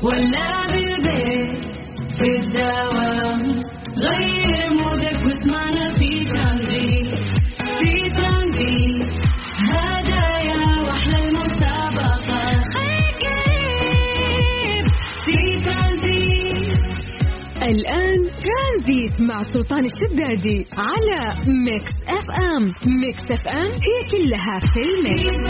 ولا بالبيت في الدوام، غير مودك واسمعنا في ترانزيت. في ترانزيت هدايا واحلى المسابقة، خليك قريب في ترانزيت. الآن ترانزيت مع سلطان الشدادي على ميكس اف ام. ميكس اف ام هي كلها في الميكس.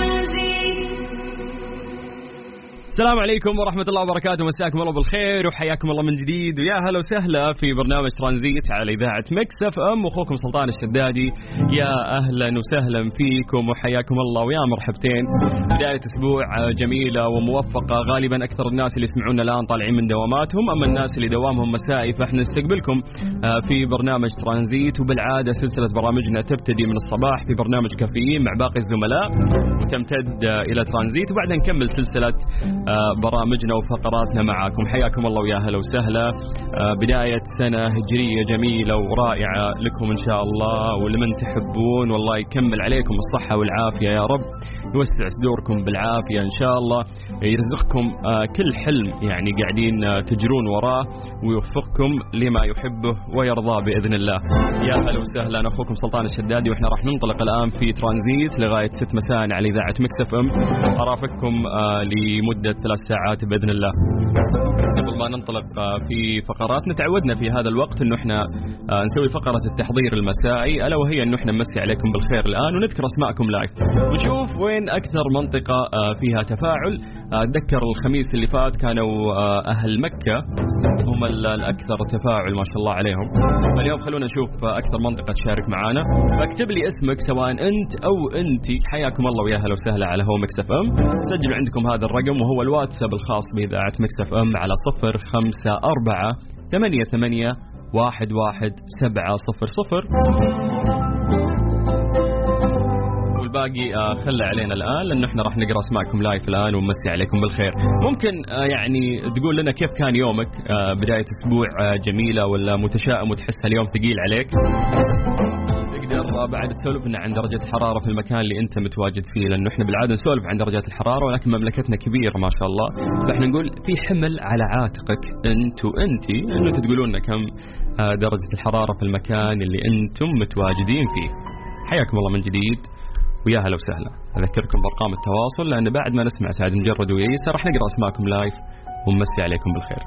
السلام عليكم ورحمة الله وبركاته، مساكم الله بالخير وحياكم الله من جديد، ويا هلا وسهلا في برنامج ترانزيت على إذاعة ميكس اف ام، وأخوكم سلطان الشدادي. يا أهلا وسهلا فيكم وحياكم الله ويا مرحبتين. بداية أسبوع جميلة وموفقة. غالبا أكثر الناس اللي يسمعونا الآن طالعين من دواماتهم، أما الناس اللي دوامهم مسائي فإحنا نستقبلكم في برنامج ترانزيت. وبالعادة سلسلة برامجنا تبتدي من الصباح في برنامج كافيين مع باقي الزملاء وتمتد إلى ترانزيت، وبعدين نكمل سلسلة برامجنا وفقراتنا معاكم. حياكم الله ويا هلا وسهلا. بداية سنة هجرية جميلة ورائعة لكم إن شاء الله، ولمن تحبون والله يكمل عليكم الصحة والعافية يا رب، يوسع صدوركم بالعافية إن شاء الله، يرزقكم كل حلم يعني قاعدين تجرون وراه، ويوفقكم لما يحبه ويرضاه بإذن الله. يا هلا وسهلا، أنا أخوكم سلطان الشدادي، وإحنا راح ننطلق الآن في ترانزيت لغاية 6 مساء على إذاعة ميكس اف ام. أرافقكم لمدة 3 ساعات بإذن الله. قبل ما ننطلق في فقراتنا، تعودنا في هذا الوقت إنه إحنا نسوي فقرة التحضير المسائي، ألا وهي إنه إحنا نمسي عليكم بالخير الآن ونذكر أسماءكم لايف ونشوف وين أكثر منطقة فيها تفاعل. أتذكر الخميس اللي فات كانوا أهل مكة هم الأكثر تفاعل ما شاء الله عليهم. اليوم خلونا نشوف أكثر منطقة تشارك معانا، فاكتب لي اسمك سواء أنت أو أنتي. حياكم الله ويا هلا وسهلا على هو ميكس اف ام. سجلوا عندكم هذا الرقم وهو الواتساب الخاص بإذاعة ميكس اف ام على 0548811700. والباقي خلى علينا الآن، لأنه احنا راح نقرأ اسماءكم لايف الآن ونمسي عليكم بالخير. ممكن يعني تقول لنا كيف كان يومك، بداية أسبوع جميلة ولا متشائم وتحس اليوم ثقيل عليك؟ تقدر بعد تسولف لنا عن درجة الحرارة في المكان اللي أنت متواجد فيه، لأنه إحنا بالعادة نسولف عن درجات الحرارة، ولكن مملكتنا كبيرة ما شاء الله، فإحنا نقول في حمل على عاتقك أنت وأنتي إنه تقولون لنا كم درجة الحرارة في المكان اللي أنتم متواجدين فيه. حياكم الله من جديد ويا هلا وسهلا. أذكركم بأرقام التواصل، لأن بعد ما نسمع سعد مجرد ويسا راح نقرأ اسماءكم لايف ونمسي عليكم بالخير.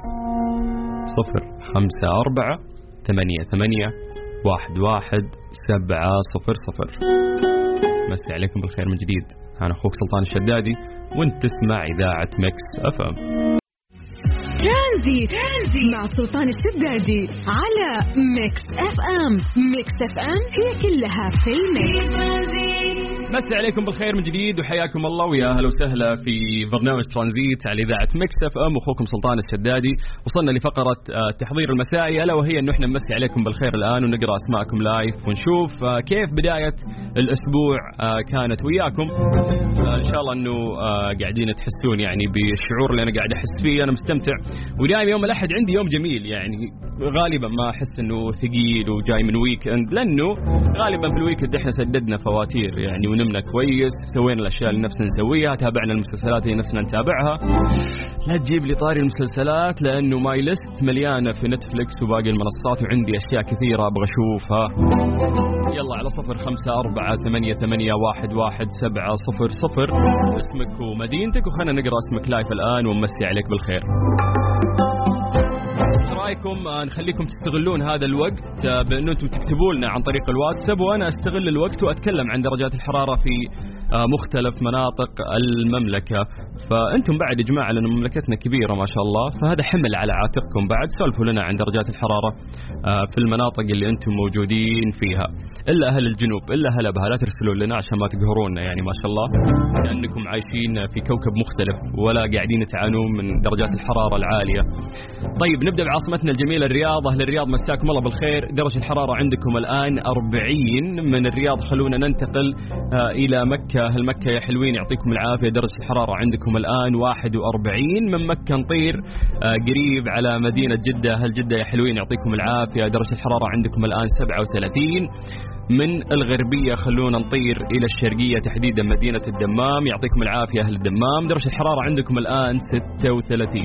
0548811700. مسي عليكم بالخير من جديد. أنا أخوك سلطان الشدادي وانت تسمع إذاعة ميكس اف ام. ترانزيت مع سلطان الشدادي على ميكس اف ام. ميكس اف ام هي كلها في الميكس. مسي عليكم بالخير من جديد وحياكم الله ويا هلا وسهلا في برنامج ترانزيت على إذاعة ميكس اف ام، واخوكم سلطان الشدادي. وصلنا لفقرة التحضير المسائي، ألا وهي إنه إحنا نمسي عليكم بالخير الآن ونقرأ أسماءكم لايف ونشوف كيف بداية الأسبوع كانت وياكم. إن شاء الله إنه قاعدين تحسون يعني بالشعور اللي أنا قاعد أحس فيه. أنا مستمتع، ودائما يوم الأحد عندي يوم جميل، يعني غالبا ما أحس إنه ثقيل وجاي من ويكند، لأنه غالبا في الويكند إحنا سددنا فواتير يعني ونمنا كويس، سوينا الأشياء اللي نفسنا نسويها، تابعنا المسلسلات اللي نفسنا نتابعها. لا تجيب لي طاري المسلسلات لأنه ماي ليست مليانة في نتفليكس وباقي المنصات، وعندي أشياء كثيرة أبغى أشوفها. يلا على 0548811700 اسمك ومدينتك، وخلنا نقرأ اسمك لايف الآن ونمسي عليك بالخير. رايكم نخليكم تستغلون هذا الوقت بأنه أنتم تكتبوا لنا عن طريق الواتساب، وأنا أستغل الوقت وأتكلم عن درجات الحرارة في مختلف مناطق المملكة. فأنتم بعد يا جماعة لأن مملكتنا كبيرة ما شاء الله، فهذا حمل على عاتقكم. بعد سولفوا لنا عن درجات الحرارة في المناطق اللي أنتم موجودين فيها، إلا أهل الجنوب، إلا أهل أبها لا ترسلون لنا عشان ما تقهرونا يعني ما شاء الله، لأنكم عايشين في كوكب مختلف ولا قاعدين تعانون من درجات الحرارة العالية. طيب نبدأ بعاصمتنا الجميلة الرياض. أهل الرياض مساكم الله بالخير. درجة الحرارة عندكم الآن 40. من الرياض خلونا ننتقل إلى مكة. أهل مكة يا حلوين يعطيكم العافية، درجة الحرارة عندكم الآن 41. من مكة نطير قريب على مدينة جدة. أهل جدة يا حلوين يعطيكم العافية، درجة الحرارة عندكم الآن 37. من الغربية خلونا نطير إلى الشرقية تحديدا مدينة الدمام. يعطيكم العافية أهل الدمام. درجة الحرارة عندكم الآن 36.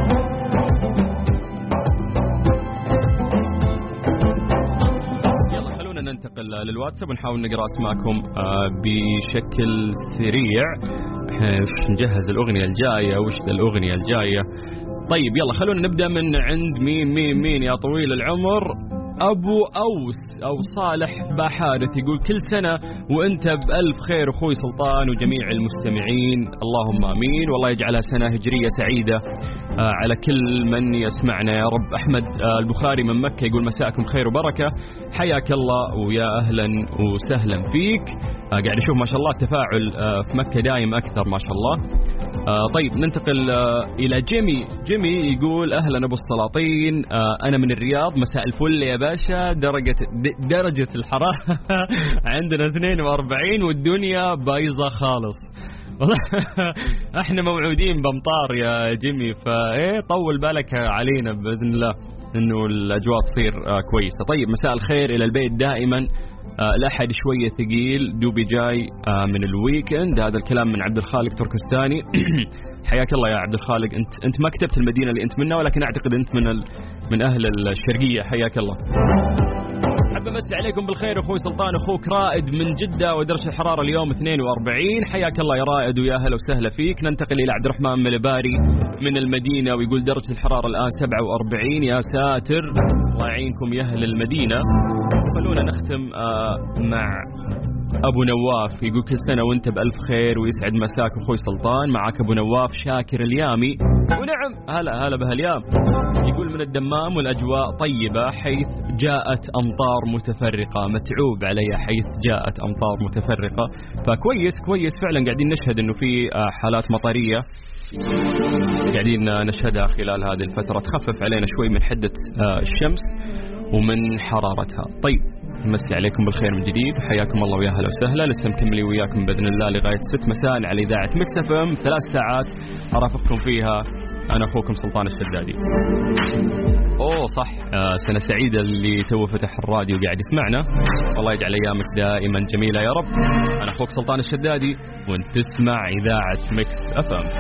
يلا خلونا ننتقل للواتساب ونحاول نقرأ اسماءكم بشكل سريع. نجهز الأغنية الجاية. وش الأغنية الجاية؟ طيب يلا خلونا نبدأ من عند مين يا طويل العمر. أبو أوس أو صالح باحارث يقول كل سنة وأنت بألف خير أخوي سلطان وجميع المستمعين، اللهم آمين، والله يجعلها سنة هجرية سعيدة على كل من يسمعنا يا رب. أحمد البخاري من مكة يقول مساءكم خير وبركة، حياك الله ويا أهلا وسهلا فيك. قاعد أشوف ما شاء الله التفاعل في مكة دايم أكثر ما شاء الله. طيب ننتقل إلى جيمي يقول أهلا أبو السلاطين، أنا من الرياض، مساء الفل يا باشا. درجة الحرارة عندنا 42 والدنيا بايظة خالص. احنا موعودين بامطار يا جيمي، فايه طول بالك علينا بإذن الله انه الأجواء تصير كويسة. طيب مساء الخير إلى البيت دائما، الأحد شوية ثقيل دوبي جاي من الويكند. هذا الكلام من عبد الخالق تركستاني. حياك الله يا عبد الخالق. انت ما كتبت المدينة اللي انت منها، ولكن اعتقد انت من اهل الشرقية. حياك الله. حابب امسي عليكم بالخير اخوي سلطان، اخوك رائد من جدة، ودرجة الحرارة اليوم 42. حياك الله يا رائد ويا هلا وسهلا فيك. ننتقل الى عبد الرحمن ملباري من المدينة ويقول درجة الحرارة الان 47. يا ساتر الله يعينكم يا اهل المدينة. خلونا نختم مع أبو نواف يقول كل سنة وانت بألف خير ويسعد مساك أخوي سلطان. معك أبو نواف شاكر اليامي. ونعم هلا بهاليام. يقول من الدمام والأجواء طيبة حيث جاءت أمطار متفرقة. متعوب علي حيث جاءت أمطار متفرقة، فكويس فعلا قاعدين نشهد أنه في حالات مطرية قاعدين نشهدها خلال هذه الفترة، تخفف علينا شوي من حدة الشمس ومن حرارتها. طيب مسي عليكم بالخير من جديد، حياكم الله ويا هلا وسهلا. لسه مكملين وياكم بإذن الله لغاية 6 مساء على إذاعة ميكس اف ام، 3 ساعات أرافقكم فيها أنا أخوكم سلطان الشدادي. صح، سنة سعيدة اللي تو فتح الراديو قاعد يسمعنا، والله يجعل أيامك دائما جميلة يا رب. أنا أخوك سلطان الشدادي وانت تسمع إذاعة ميكس اف ام.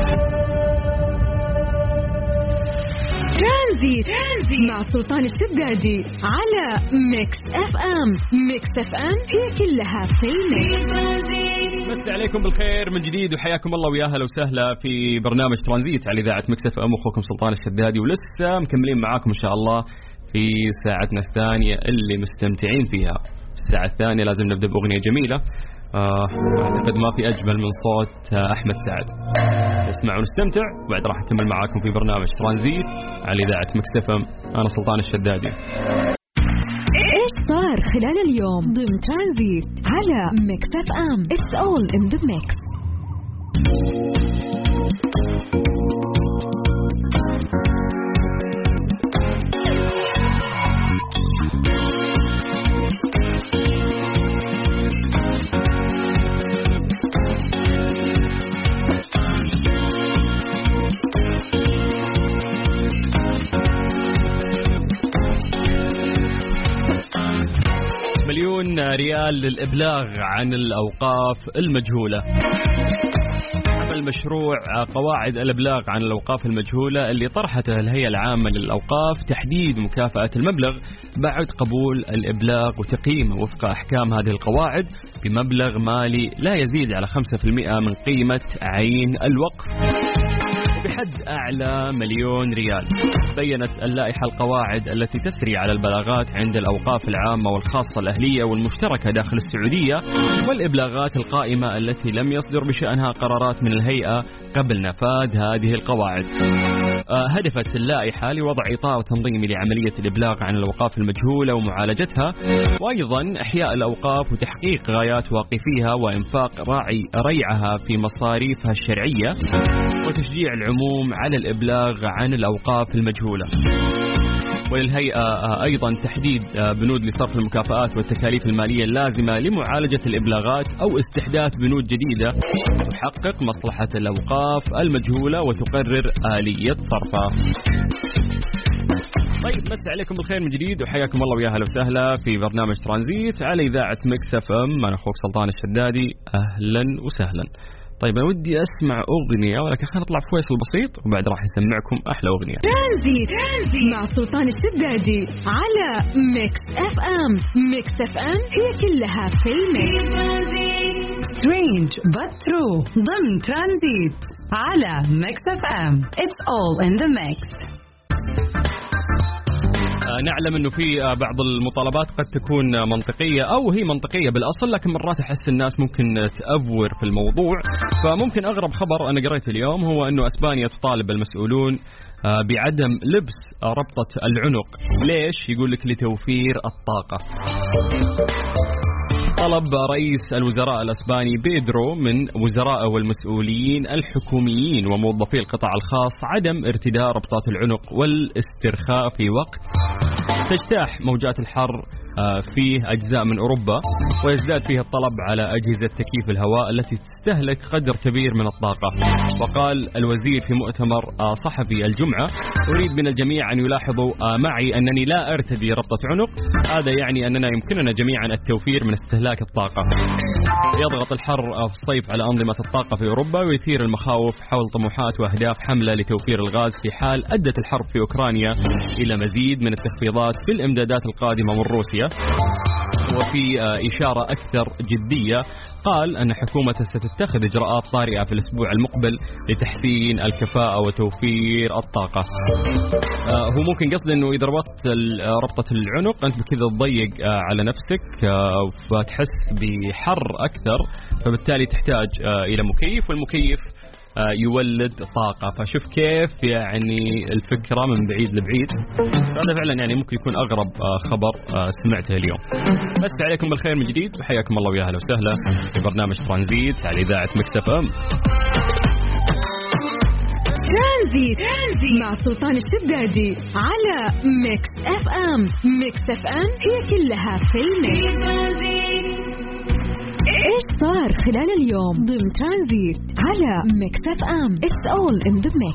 ترانزيت مع سلطان الشدادي على ميكس اف ام. ميكس اف ام هي كلها في الميكس. مسي عليكم بالخير من جديد وحياكم الله ويا اهلا وسهلا في برنامج ترانزيت على اذاعه ميكس اف ام. اخوكم سلطان الشدادي ولسه مكملين معاكم ان شاء الله في ساعتنا الثانيه اللي مستمتعين فيها. في الساعه الثانيه لازم نبدا باغنيه جميله، اعتقد ما في اجمل من صوت احمد سعد. اسمعوا ونستمتع وبعد راح نكمل معاكم في برنامج ترانزيت على اذاعه ميكس اف ام. انا سلطان الشدادي. ايش صار خلال اليوم ضمن ترانزيت على ميكس اف ام. It's all in the mix. ريال للإبلاغ عن الأوقاف المجهولة. عمل مشروع قواعد الإبلاغ عن الأوقاف المجهولة اللي طرحته الهيئة العامة للأوقاف تحديد مكافأة المبلغ بعد قبول الإبلاغ وتقييمه وفق أحكام هذه القواعد بمبلغ مالي لا يزيد على 5% من قيمة عين الوقف بحد أعلى $1,000,000. بيّنت اللائحة القواعد التي تسري على البلاغات عند الأوقاف العامة والخاصة الأهلية والمشتركة داخل السعودية والإبلاغات القائمة التي لم يصدر بشأنها قرارات من الهيئة قبل نفاذ هذه القواعد. هدفت اللائحة لوضع إطار تنظيمي لعملية الإبلاغ عن الأوقاف المجهولة ومعالجتها، وأيضا إحياء الأوقاف وتحقيق غايات واقفيها وإنفاق ريعها في مصاريفها الشرعية وتشجيع العموم على الإبلاغ عن الأوقاف المجهولة. وللهيئة أيضا تحديد بنود لصرف المكافآت والتكاليف المالية اللازمة لمعالجة الإبلاغات أو استحداث بنود جديدة تحقق مصلحة الأوقاف المجهولة وتقرر آلية صرفها. طيب مسا عليكم بالخير من جديد وحياكم الله ويا اهلا وسهلا في برنامج ترانزيت على اذاعه مكس اف ام. انا اخوك سلطان الشدادي، اهلا وسهلا. طيب انا ودي اسمع اغنيه ولكن خلينا نطلع فويصل بسيط وبعد راح اسمعكم احلى اغنيه. ترانزيت مع سلطان الشدادي على مكس اف ام. مكس اف ام هي كلها في المكس. Strange but true ضمن ترانزيت على مكس اف ام. It's all in the mix. نعلم أنه في بعض المطالبات قد تكون منطقية أو هي منطقية بالأصل، لكن مرات أحس الناس ممكن تأفور في الموضوع. فممكن أغرب خبر أنا قريته اليوم هو أنه أسبانيا تطالب المسؤولون بعدم لبس ربطة العنق. ليش؟ يقول لك لتوفير الطاقة. طلب رئيس الوزراء الأسباني بيدرو من وزرائه والمسؤولين الحكوميين وموظفي القطاع الخاص عدم ارتداء ربطات العنق والاسترخاء في وقت تجتاح موجات الحر في أجزاء من أوروبا، ويزداد فيها الطلب على أجهزة تكييف الهواء التي تستهلك قدر كبير من الطاقة. وقال الوزير في مؤتمر صحفي الجمعة: أريد من الجميع أن يلاحظوا معي أنني لا أرتدي ربطة عنق، هذا يعني أننا يمكننا جميعا التوفير من استهلاك الطاقة. يضغط الحر في الصيف على أنظمة الطاقة في أوروبا ويثير المخاوف حول طموحات وأهداف حملة لتوفير الغاز في حال أدت الحرب في أوكرانيا إلى مزيد من التخفيضات في الإمدادات القادمة من روسيا. وفي إشارة أكثر جدية قال أن حكومته ستتخذ إجراءات طارئة في الأسبوع المقبل لتحسين الكفاءة وتوفير الطاقة. هو ممكن قصده أنه إذا ربطت ربطة العنق أنت بكذا تضيق على نفسك فتحس بحر أكثر، فبالتالي تحتاج إلى مكيف، والمكيف يولد طاقة. فشوف كيف يعني الفكرة من بعيد لبعيد. هذا فعلا يعني ممكن يكون أغرب خبر سمعته اليوم. بس عليكم بالخير من جديد وحياكم الله ويا أهلا وسهلا في برنامج ترانزيت على إذاعة مكس اف ام. ترانزيت مع سلطان الشدادي على مكس اف ام. مكس اف ام هي كلها في المكس. إيش صار خلال اليوم ضمن ترانزيت على مكس اف ام. It's all in the mix.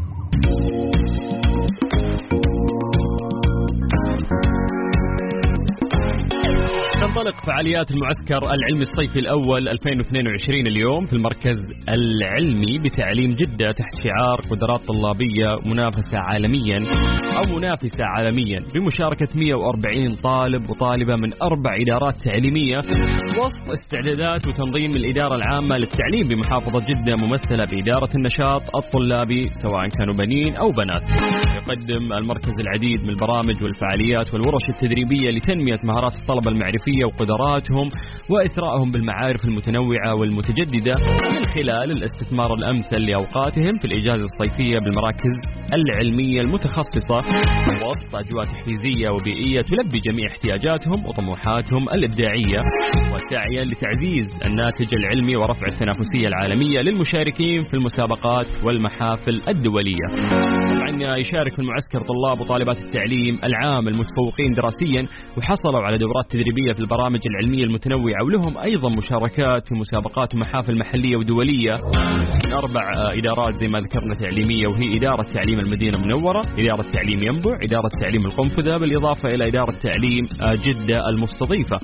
تنطلق فعاليات المعسكر العلمي الصيفي الأول 2022 اليوم في المركز العلمي بتعليم جدة تحت شعار قدرات طلابية منافسة عالميا أو منافسة عالميا، بمشاركة 140 طالب وطالبة من 4 إدارات تعليمية، وسط استعدادات وتنظيم الإدارة العامة للتعليم بمحافظة جدة ممثلة بإدارة النشاط الطلابي سواء كانوا بنين أو بنات. يقدم المركز العديد من البرامج والفعاليات والورش التدريبية لتنمية مهارات الطلبة المعرفية وقدراتهم وإثرائهم بالمعارف المتنوعة والمتجددة من خلال الاستثمار الأمثل لأوقاتهم في الإجازة الصيفية بالمراكز العلمية المتخصصة وسط أجواء تحفيزية وبيئية تلبي جميع احتياجاتهم وطموحاتهم الإبداعية، وسعيا لتعزيز الناتج العلمي ورفع التنافسية العالمية للمشاركين في المسابقات والمحافل الدولية. طبعا يشارك في المعسكر طلاب وطالبات التعليم العام المتفوقين دراسيا وحصلوا على دورات تدريبية في البرامج العلمية المتنوعة، ولهم أيضا مشاركات في مسابقات ومحافل محلية ودولية من 4 إدارات زي ما ذكرنا تعليمية، وهي إدارة تعليم المدينة المنورة، إدارة تعليم ينبع، إدارة تعليم القنفذة، بالإضافة إلى إدارة تعليم جدة المستضيفة.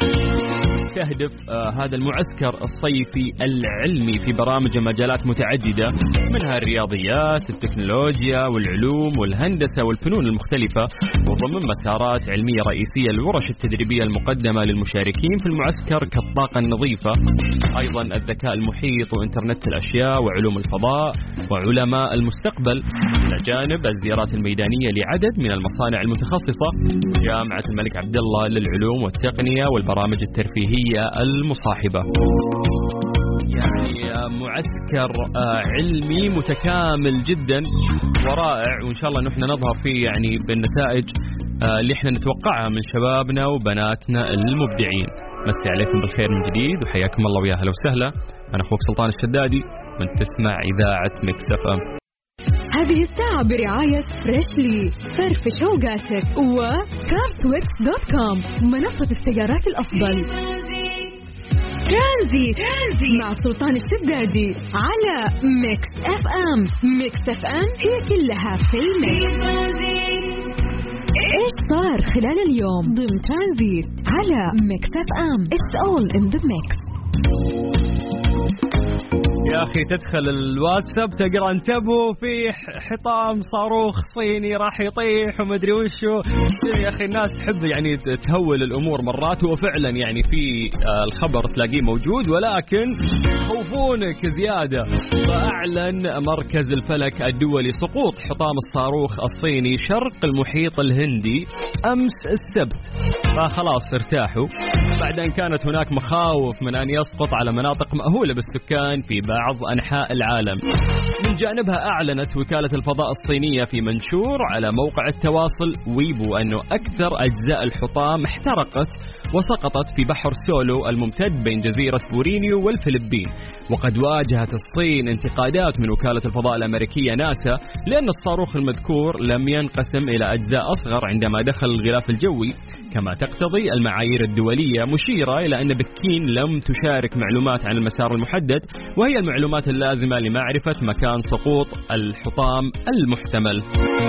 يستهدف هذا المعسكر الصيفي العلمي في برامج ومجالات متعددة منها الرياضيات، التكنولوجيا والعلوم والهندسة والفنون المختلفة، وضمن مسارات علمية رئيسية الورش التدريبية المقدمة للمشاركين في المعسكر كالطاقة النظيفة، أيضا الذكاء المحيط وإنترنت الأشياء وعلوم الفضاء وعلماء المستقبل، إلى جانب الزيارات الميدانية لعدد من المصانع المتخصصة، جامعة الملك عبدالله للعلوم والتقنية والبرامج الترفيهية المصاحبة. يعني معسكر علمي متكامل جدا ورائع، وإن شاء الله نحن نظهر فيه يعني بالنتائج اللي احنا نتوقعها من شبابنا وبناتنا المبدعين. مسي عليكم بالخير من جديد وحياكم الله ويا اهلا وسهلا. أنا أخوك سلطان الشدادي وأنت تسمع إذاعة مكس اف ام. هذه الساعة برعاية فريشلي، فرفش اوقاتك، وكارسويتش.com منصة السيارات الأفضل. ترانزيت مع سلطان الشدادي على مكس اف ام. مكس اف ام هي كلها في المكس. إيش صار خلال اليوم ضمن ترانزيت على ميكس اف ام. It's all in the mix. يا أخي تدخل الواتساب تقرأ انتبهوا في حطام صاروخ صيني راح يطيح ومدري وشو. يا أخي الناس تحب يعني تهول الأمور مرات، وفعلا يعني في الخبر تلاقيه موجود ولكن خوفونك زيادة. فأعلن مركز الفلك الدولي سقوط حطام الصاروخ الصيني شرق المحيط الهندي أمس السبت، فخلاص ارتاحوا بعد أن كانت هناك مخاوف من أن يسقط على مناطق مأهولة بالسكان في بعض أنحاء العالم. من جانبها أعلنت وكالة الفضاء الصينية في منشور على موقع التواصل ويبو أنه أكثر أجزاء الحطام احترقت وسقطت في بحر سولو الممتد بين جزيرة بورينيو والفلبين. وقد واجهت الصين انتقادات من وكالة الفضاء الأمريكية ناسا لأن الصاروخ المذكور لم ينقسم إلى أجزاء أصغر عندما دخل الغلاف الجوي كما تقتضي المعايير الدولية، مشيرة إلى أن بكين لم تشارك معلومات عن المسار المحدد وهي المعلومات اللازمة لمعرفة مكان سقوط الحطام المحتمل.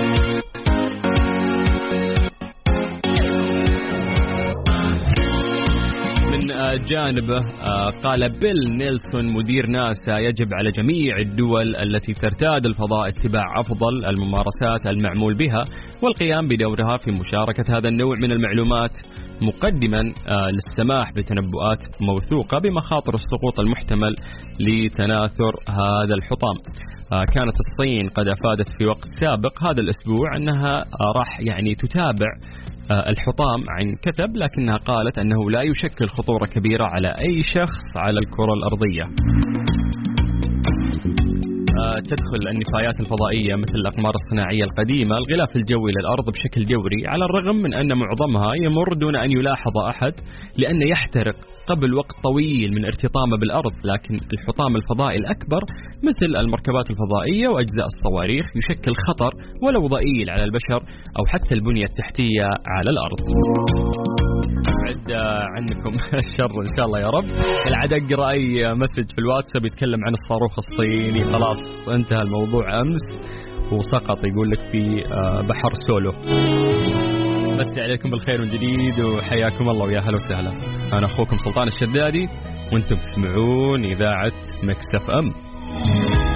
من جانبه قال بيل نيلسون مدير ناسا يجب على جميع الدول التي ترتاد الفضاء اتباع أفضل الممارسات المعمول بها والقيام بدورها في مشاركة هذا النوع من المعلومات، مقدما للسماح بتنبؤات موثوقة بمخاطر السقوط المحتمل لتناثر هذا الحطام. كانت الصين قد أفادت في وقت سابق هذا الأسبوع أنها راح يعني تتابع الحطام عن كثب، لكنها قالت أنه لا يشكل خطورة كبيرة على أي شخص على الكرة الأرضية. تدخل النفايات الفضائية مثل الأقمار الصناعية القديمة الغلاف الجوي للأرض بشكل دوري، على الرغم من أن معظمها يمر دون أن يلاحظ أحد لأنه يحترق قبل وقت طويل من ارتطامه بالأرض. لكن الحطام الفضائي الأكبر مثل المركبات الفضائية وأجزاء الصواريخ يشكل خطر ولو ضئيل على البشر أو حتى البنية التحتية على الأرض. بعد عنكم الشر إن شاء الله يا رب. العاد أقرأ أي مسج في الواتساب يتكلم عن الصاروخ الصيني، خلاص انتهى الموضوع أمس وسقط يقول لك في بحر سولو. بس عليكم بالخير من جديد وحياكم الله ويا هلا وسهلا. أنا أخوكم سلطان الشدادي وأنتم تسمعون إذاعة ميكس اف ام.